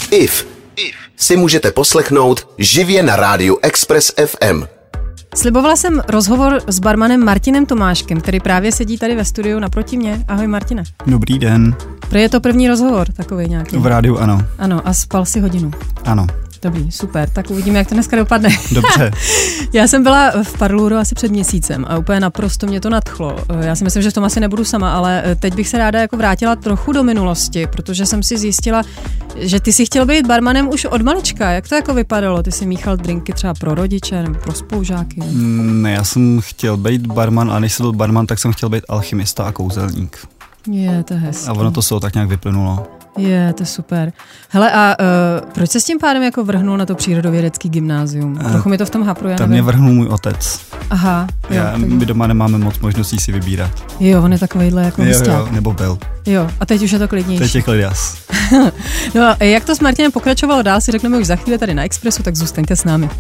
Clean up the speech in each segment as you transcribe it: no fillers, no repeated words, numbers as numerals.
If si můžete poslechnout živě na rádiu Express FM. Slibovala jsem rozhovor s barmanem Martinem Tomáškem, který právě sedí tady ve studiu naproti mě. Ahoj Martine. Dobrý den. Prý je to první rozhovor takový nějaký. V rádiu ano. Ano, a spal si hodinu. Ano. Dobrý, super, tak uvidíme, jak to dneska dopadne. Dobře. Já jsem byla v Parlouru asi před měsícem a úplně naprosto mě to nadchlo. Já si myslím, že v tom asi nebudu sama, ale teď bych se ráda jako vrátila trochu do minulosti, protože jsem si zjistila, že ty jsi chtěl být barmanem už od malička. Jak to jako vypadalo? Ty jsi míchal drinky třeba pro rodiče nebo pro spolužáky? Ne, já jsem chtěl být barman a než jsem byl barman, tak jsem chtěl být alchymista a kouzelník. Je, to je hezký. A ono to tak nějak vyplynulo. Je, to je super. Hele, a proč se s tím pádem jako vrhnul na to přírodovědecký gymnázium? Trochu mi to v tom hapruje. Tam mě vrhnul můj otec. Aha. Jo, my doma nemáme moc možností si vybírat. Jo, on je takovejhle jako hosták. Jo, nebo byl. Jo, a teď už je to klidnější. Teď je klidas. No, jak to s Martinem pokračovalo dál, si řekneme už za chvíli tady na Expressu, tak zůstaňte s námi.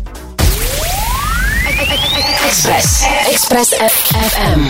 Express FM.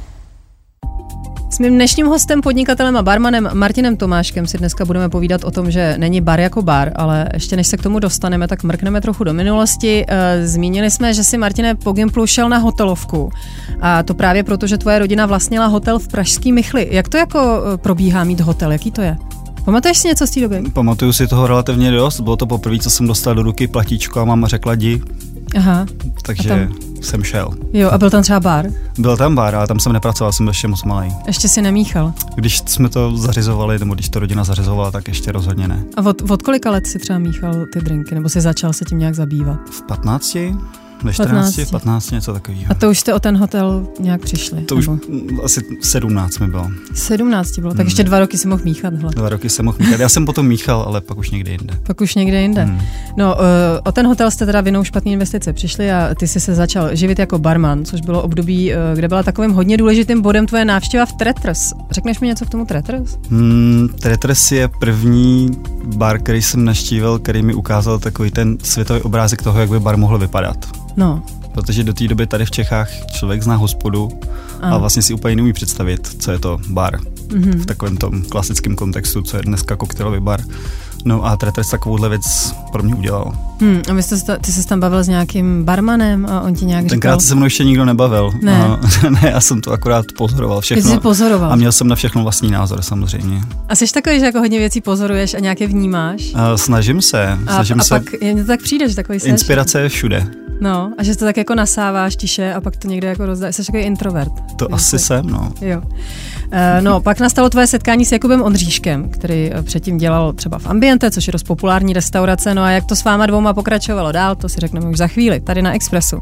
S mým dnešním hostem, podnikatelem a barmanem Martinem Tomáškem si dneska budeme povídat o tom, že není bar jako bar, ale ještě než se k tomu dostaneme, tak mrkneme trochu do minulosti. Zmínili jsme, že si, Martine, po gymplu šel na hotelovku. A to právě proto, že tvoje rodina vlastnila hotel v pražský Michli. Jak to jako probíhá mít hotel? Jaký to je? Pamatuješ si něco z té doby? Pamatuju si toho relativně dost. Bylo to poprvé, co jsem dostal do ruky platíčko a máma řekla jdi. Aha. Takže jsem šel. Jo, a byl tam třeba bar? Byl tam bar, ale tam jsem nepracoval, jsem ještě moc malý. Ještě si nemíchal? Když jsme to zařizovali, nebo když to rodina zařizovala, tak ještě rozhodně ne. A od kolika let si třeba míchal ty drinky, nebo si začal se tím nějak zabývat? V 15? Ve 14, 15, něco takového. A to už jste o ten hotel nějak přišli? To nebo? Už asi 17 mi bylo. 17 bylo, tak ještě 2 roky si mohl míchat. Hle. 2 roky jsem mohl míchat, já jsem potom míchal, ale pak už někde jinde. Pak už někde jinde. No, o ten hotel jste teda vinou špatné investice přišli a ty jsi se začal živit jako barman, což bylo období, kde byla takovým hodně důležitým bodem tvoje návštěva v Tretters. Řekneš mi něco k tomu Tretters? Tretters je první bar, který jsem navštívil, který mi ukázal takový ten světový obrázek toho, jak by bar mohl vypadat. No. Protože do té doby tady v Čechách člověk zná hospodu a vlastně si úplně neumí představit, co je to bar. V takovém tom klasickém kontextu, co je dneska koktejlový bar. No a Tretters takovouhle věc pro mě udělal. A ty jsi tam bavil s nějakým barmanem a on ti nějak říkal? Tenkrát se mnou ještě nikdo nebavil. Ne. Ne, já jsem to akorát pozoroval všechno. Ty jsi pozoroval. A měl jsem na všechno vlastní názor samozřejmě. A jsi takový, že jako hodně věcí pozoruješ a nějaké vnímáš? Snažím se. A pak jen to tak přijde, že takový jsi. Inspirace je všude. No, a že to tak jako nasáváš tiše a pak to někde jako rozdáš. Jsi takový introvert. To asi jsem, no. Jo. No, pak nastalo tvoje setkání s Jakubem Ondříškem, který předtím dělal třeba v Ambiente, což je dost populární restaurace. No a jak to s váma dvouma pokračovalo dál, to si řekneme už za chvíli, tady na Expressu.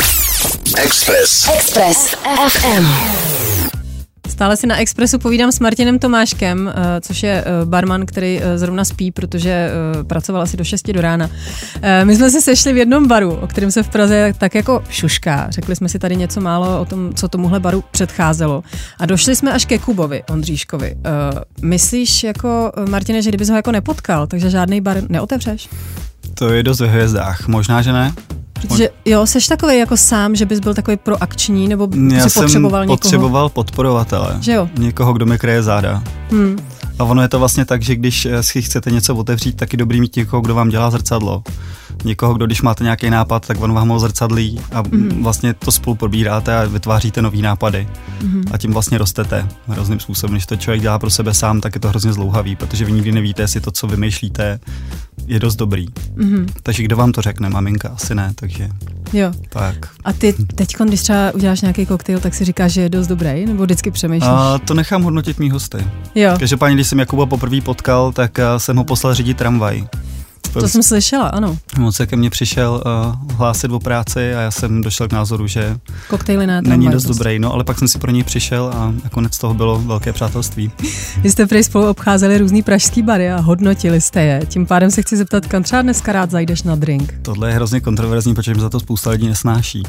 Express FM. Stále si na Expressu povídám s Martinem Tomáškem, což je barman, který zrovna spí, protože pracoval asi do 6 do rána. My jsme se sešli v jednom baru, o kterém se v Praze tak jako šušká. Řekli jsme si tady něco málo o tom, co tomuhle baru předcházelo. A došli jsme až ke Kubovi Ondříškovi. Myslíš jako, Martine, že kdybys ho jako nepotkal, takže žádný bar neotevřeš? To je dost ve hvězdách. Možná, že ne. Protože jo, seš takovej jako sám, že bys byl takový proakční, nebo si potřeboval někoho? Já jsem potřeboval podporovatele. Že jo? Někoho, kdo mi kryje záda. A ono je to vlastně tak, že když si chcete něco otevřít, tak je dobrý mít někoho, kdo vám dělá zrcadlo. Někoho, kdo když máte nějaký nápad, tak on vám ho zrcadlí a vlastně to spolu probíráte a vytváříte nový nápady. A tím vlastně rostete hrozným způsobem. Když to člověk dělá pro sebe sám, tak je to hrozně zdlouhavý, protože vy nikdy nevíte, jestli to, co vymýšlíte, je dost dobrý. Takže kdo vám to řekne? Maminka asi ne, takže jo. Tak. A ty teď, když třeba uděláš nějaký koktejl, tak si říkáš, že je dost dobrý, nebo vždycky přemýšlíš? To nechám hodnotit mý hosty. Jo. Každopádně, když jsem Jakuba poprvé potkal, tak jsem ho poslal řídit tramvaj. To jsem slyšela, ano. On se ke mně přišel hlásit o práci a já jsem došel k názoru, že koktejly na není dost dobrý, no, ale pak jsem si pro něj přišel a nakonec toho bylo velké přátelství. Vy jste prý spolu obcházeli různý pražský bary a hodnotili jste je. Tím pádem se chci zeptat, kam třeba dneska rád zajdeš na drink? Tohle je hrozně kontroverzní, protože za to spousta lidí nesnáší.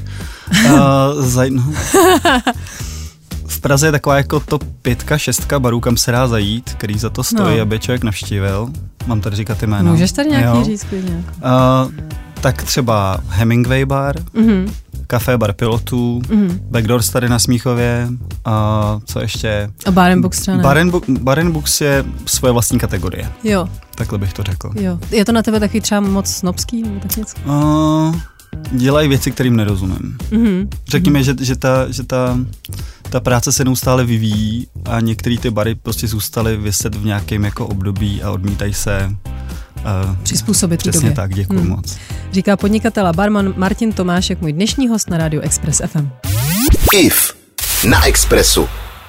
V Praze je taková jako top 5, 6 barů, kam se dá zajít, který za to stojí, aby člověk navštívil. Mám tady říkat jméno. Můžeš tady nějaký říct klidně. Tak třeba Hemingway bar, Café Bar Pilotů, Backdoors tady na Smíchově, a co ještě? A Bar and Books třeba ne? Bar and Books je svoje vlastní kategorie. Jo. Takhle bych to řekl. Jo. Je to na tebe taky třeba moc snobský nebo tak něco? Dělají věci, kterým nerozumím. Řekněme, že ta práce se neustále vyvíjí a některé ty bary prostě zůstaly vyset v nějakém jako období a odmítají se přizpůsobit přesně době. Tak, děkuju moc. Říká podnikatel a barman Martin Tomášek, můj dnešní host na rádiu Express FM. IF na Expressu.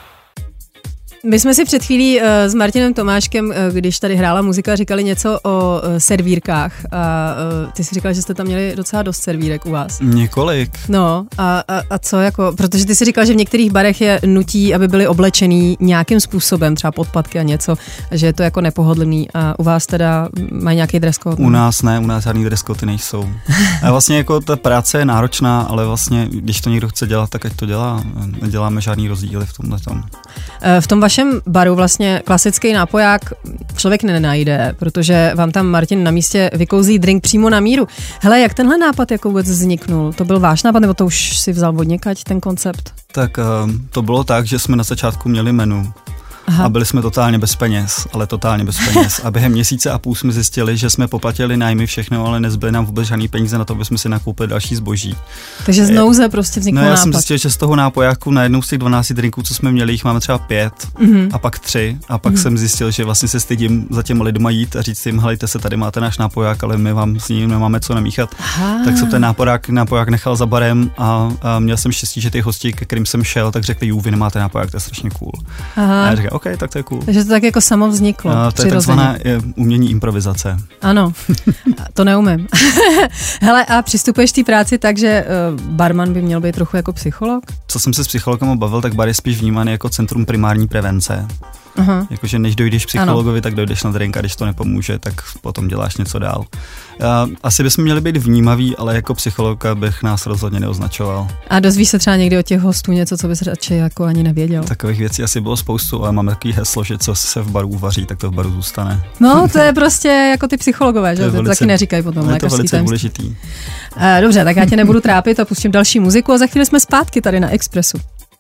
My jsme si před chvílí s Martinem Tomáškem, když tady hrála muzika, říkali něco o servírkách a ty si říkal, že jste tam měli docela dost servírek u vás. Několik. No a co jako, protože ty si říkal, že v některých barech je nutí, aby byli oblečený nějakým způsobem, třeba podpatky a něco, a že je to jako nepohodlný a u vás teda mají nějaký dress code? U nás ne, u nás žádný dress code nejsou. A vlastně jako ta práce je náročná, ale vlastně, když to někdo chce dělat, tak ať to dělá. Neděláme žádný rozdíly v tomhletom. V tom vašem baru vlastně klasický nápoják člověk nenajde, protože vám tam Martin na místě vykouzlí drink přímo na míru. Hele, jak tenhle nápad jako vůbec vzniknul? To byl váš nápad, nebo to už si vzal od někať ten koncept? Tak to bylo tak, že jsme na začátku měli menu. Aha. A byli jsme totálně bez peněz, ale totálně bez peněz. A během měsíce a půl jsme zjistili, že jsme poplatili nájmy všechno, ale nezbyly nám vůbec žádný peníze na to, aby jsme si nakoupili další zboží. Takže z nouze prostě vznikl nápad. No já jsem zjistil, že z toho nápojáku na jednou z těch 12 drinků, co jsme měli, jich máme třeba 5 a pak 3 a pak jsem zjistil, že vlastně se stydím za těma lidma jít a říct jim, helejte se, tady máte náš nápoják, ale my vám s ním nemáme co namíchat. Aha. Tak jsem ten nápoják nechal za barem a měl jsem štěstí, že ty hosti, ke kterým jsem šel, tak řekli, vy nemáte nápoják, to je strašně cool. Aha. A já říkám, OK, tak to je cool. Takže to tak jako samo vzniklo. To je takzvaná umění improvizace. Ano, to neumím. Hele, a přistupuješ té práci tak, že barman by měl být trochu jako psycholog? Co jsem se s psychologem bavil, tak bar je spíš vnímaný jako centrum primární prevence. Aha. Jakože než dojdeš psychologovi, tak dojdeš na drink a když to nepomůže, tak potom děláš něco dál. Asi bychom měli být vnímaví, ale jako psychologa bych nás rozhodně neoznačoval. A dozvíš se třeba někdy od těch hostů něco, co bys radši jako ani nevěděl? Takových věcí asi bylo spoustu, ale máme takový heslo, že co se v baru uvaří, tak to v baru zůstane. No, to je prostě jako ty psychologové, že? To taky neříkají potom lékařský tajemství. To je velice důležitý. Dobře, tak já tě nebudu trápit a pustím další muziku a za chvíli jsme zpátky tady na Expressu.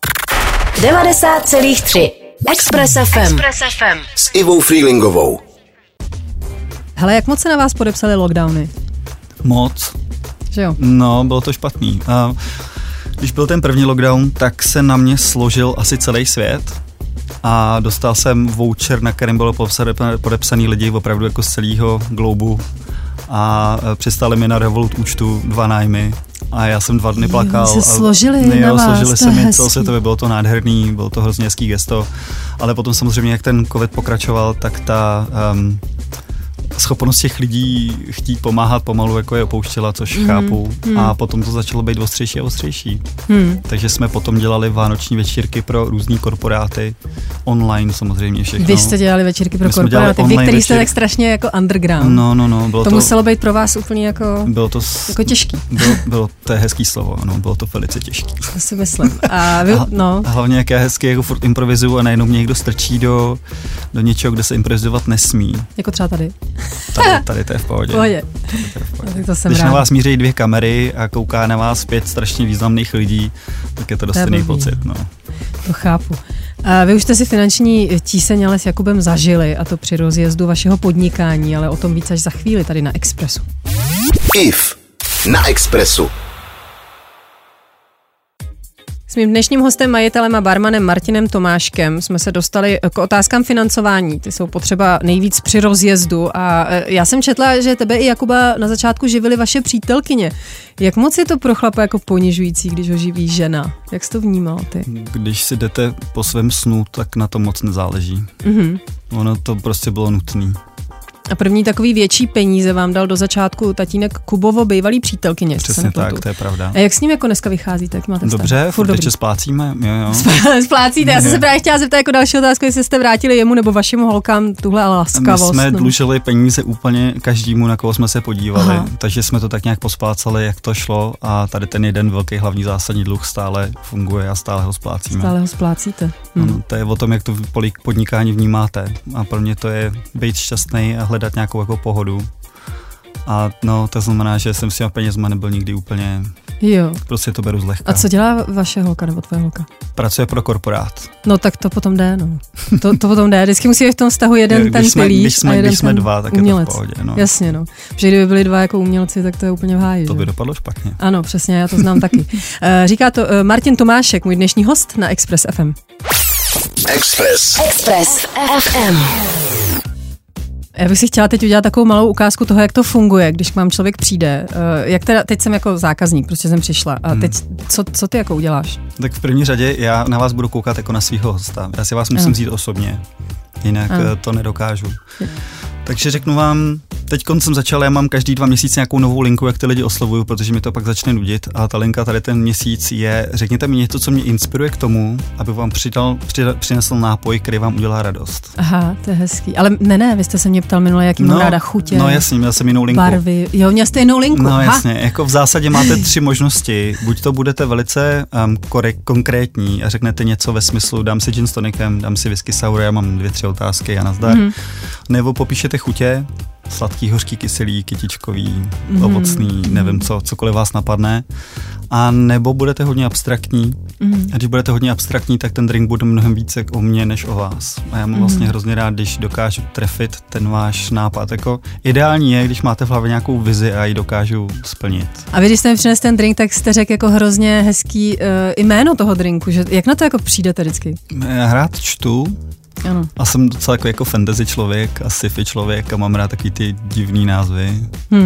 90,3 Express FM. S Ivou Freelingovou. Hele, jak moc se na vás podepsaly lockdowny? Moc. Že jo? No, bylo to špatný. Když byl ten první lockdown, tak se na mě složil asi celý svět a dostal jsem voucher, na kterém bylo podepsaný lidi opravdu jako z celého globu a přistali mi na Revolut účtu 2 nájmy. A já jsem 2 dny plakal. Se složili na vás, složili se mi celosvětově, bylo to nádherný, bylo to hrozně hezký gesto, ale potom samozřejmě, jak ten covid pokračoval, tak ta schopnost těch lidí chtít pomáhat pomalu jako je opouštěla, což chápu. A potom to začalo být ostřejší a ostřejší. Takže jsme potom dělali vánoční večírky pro různý korporáty, online samozřejmě všechno. Vy jste dělali večírky pro korporáty, vy, který jste tak strašně jako underground. No. To muselo být pro vás úplně jako těžký. Bylo to je hezký slovo, ano, bylo to velice těžký. To si myslím. A hlavně jak já hezky jako furt improvizuju a najednou mě někdo strčí do něčeho, kde se improvizovat nesmí. Jako třeba tady. Tady to je v pohodě. To jsem Když rád. na vás míří 2 kamery a kouká na vás 5 strašně významných lidí, tak je to dost jiný pocit. No. To chápu. Vy už jste si finanční tíseň ale s Jakubem zažili, a to při rozjezdu vašeho podnikání, ale o tom víc až za chvíli tady na Expressu. IF na Expressu. S mým dnešním hostem, majitelem a barmanem Martinem Tomáškem jsme se dostali k otázkám financování. Ty jsou potřeba nejvíc při rozjezdu a já jsem četla, že tebe i Jakuba na začátku živily vaše přítelkyně. Jak moc je to pro chlapa jako ponižující, když ho živí žena? Jak jsi to vnímal ty? Když si jdete po svém snu, tak na to moc nezáleží. Ono to prostě bylo nutné. A první takový větší peníze vám dal do začátku tatínek Kubovo bývalý přítelkyně. Přesně tak, to je pravda. A jak s ním jako dneska vycházíte? Jak máte dobře, furt ještě splácíme. Jo. Splácíte, já jsem se právě chtěla zeptat jako další otázku, jestli jste vrátili jemu nebo vašim holkám tuhle laskavost. My jsme dlužili peníze úplně každému, na koho jsme se podívali, takže jsme to tak nějak posplácali, jak to šlo a tady ten jeden velký hlavní zásadní dluh stále funguje a stále ho splácíme. Stále ho splácíte. Ano, to je o tom, jak to podnikání vnímáte a pro mě to je být šťastný a hledat nějakou jako pohodu. A no, to znamená, že jsem s těma penězma nebyl nikdy úplně Jo. Prostě to beru zlehka. A co dělá vaše holka nebo tvoje holka? Pracuje pro korporát. No tak to potom jde, no. To potom jde. Vždycky musí být v tom vztahu jeden ten pilíř a jeden když jsme ten dva, tak umělec. je to v pohodě. No. Jasně, no. Protože kdyby byli dva jako umělci, tak to je úplně v háji. To by dopadlo špatně. Ano, přesně, já to znám taky. Říká to Martin Tomášek, můj dnešní host na Express FM. Express FM. Já bych si chtěla teď udělat takovou malou ukázku toho, jak to funguje, když k vám člověk přijde. Jak teda, teď jsem jako zákazník, prostě jsem přišla. A teď, co ty jako uděláš? Tak v první řadě já na vás budu koukat jako na svýho hosta. Já si vás musím vzít osobně, jinak to nedokážu. Takže řeknu vám, teď jsem začal, já mám každý 2 měsíce nějakou novou linku, jak ty lidi oslovuju, protože mi to pak začne nudit. A ta linka tady ten měsíc je, řekněte mi něco, co mě inspiruje k tomu, aby vám přinesl nápoj, který vám udělá radost. Aha, to je hezký. Ale ne, vy jste se mě ptal minule, jaký mám ráda chutě. No jasně, měl jsem jinou linku. Barvy. Jo, měl jste jinou linku. No jasně, jako v zásadě máte 3 možnosti. Buď to budete velice konkrétní a řeknete něco ve smyslu, dám si gin s tonikem, dám si whisky sour, já mám 2-3 otázky a nazdar. Nebo popíšete chutě, sladký, hořký, kyselý, kytičkový, ovocný, nevím co, cokoliv vás napadne. A nebo budete hodně abstraktní. A když budete hodně abstraktní, tak ten drink bude mnohem více o mně, než o vás. A já mám vlastně hrozně rád, když dokážu trefit ten váš nápad. Jako ideální je, když máte v hlavě nějakou vizi a ji dokážu splnit. A vy, když jste mi přinesl ten drink, tak jste řekl jako hrozně hezký jméno toho drinku. Že, jak na to jako přijdete vždycky? Já rád čtu. Ano. A jsem docela jako fantasy člověk a sci-fi člověk a mám rád takový ty divný názvy.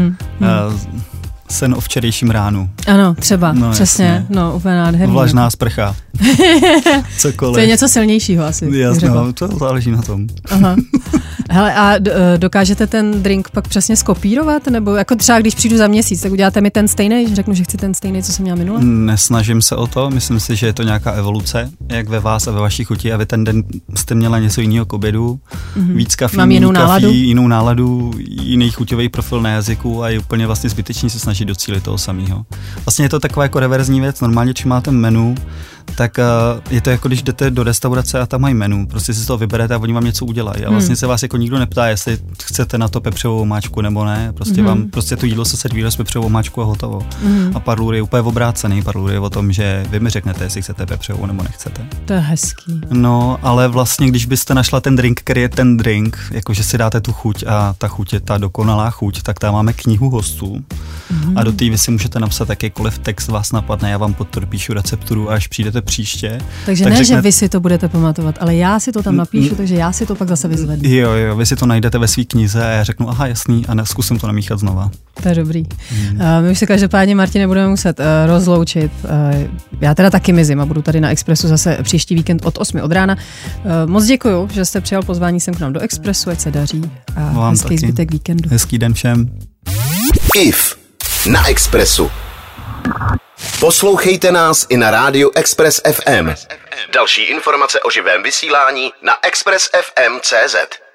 Sen o včerejším ránu. Ano, třeba, no, přesně, jasně. No, úplně nádherný. Vlažná sprcha. Cokoliv. To je něco silnějšího asi. Jasně, to záleží na tom. Aha. Hele, a dokážete ten drink pak přesně skopírovat? Nebo jako třeba když přijdu za měsíc, tak uděláte mi ten stejný, že řeknu, že chci ten stejný, co jsem měla minule? Nesnažím se o to, myslím si, že je to nějaká evoluce, jak ve vás a ve vaší chuti a vy ten den jste měla něco jiného k obědu, víc kafí, mám jinou náladu, jiný chuťový profil na jazyku a je úplně vlastně zbytečný se snažit docílit toho samého. Vlastně je to taková jako reverzní věc, normálně čím máte menu, tak je to jako když jdete do restaurace a tam mají menu, prostě si z toho vyberete a oni vám něco udělají a vlastně se vás jako nikdo neptá, jestli chcete na to pepřovou omáčku nebo ne, prostě vám prostě to jídlo se servíruje s pepřovou omáčku a hotovo. A parlour je úplně obrácený, parlour je o tom, že vy mi řeknete, jestli chcete pepřovou nebo nechcete. To je hezký. No, ale vlastně když byste našla ten drink, který je ten drink, jakože si dáte tu chuť a ta chuť je ta dokonalá chuť, tak tam máme knihu hostů a do té vy si můžete napsat jakýkoliv text vás napadne, já vám podpíšu recepturu a až přijdete příště. Takže tak ne, že vy si to budete pamatovat, ale já si to tam napíšu, takže já si to pak zase vyzvednu. Jo, vy si to najdete ve své knize a já řeknu, aha, jasný, a zkusím to namíchat znova. To je dobrý. My už se každopádně, Martine, budeme muset rozloučit. Já teda taky mizím a budu tady na Expressu zase příští víkend od 8 od rána. Moc děkuju, že jste přijal pozvání sem k nám do Expressu, ať se daří a vám hezký taky. zbytek víkendu. Hezký den všem. IF na Expressu. Poslouchejte nás i na rádiu Express FM. Další informace o živém vysílání na expressfm.cz.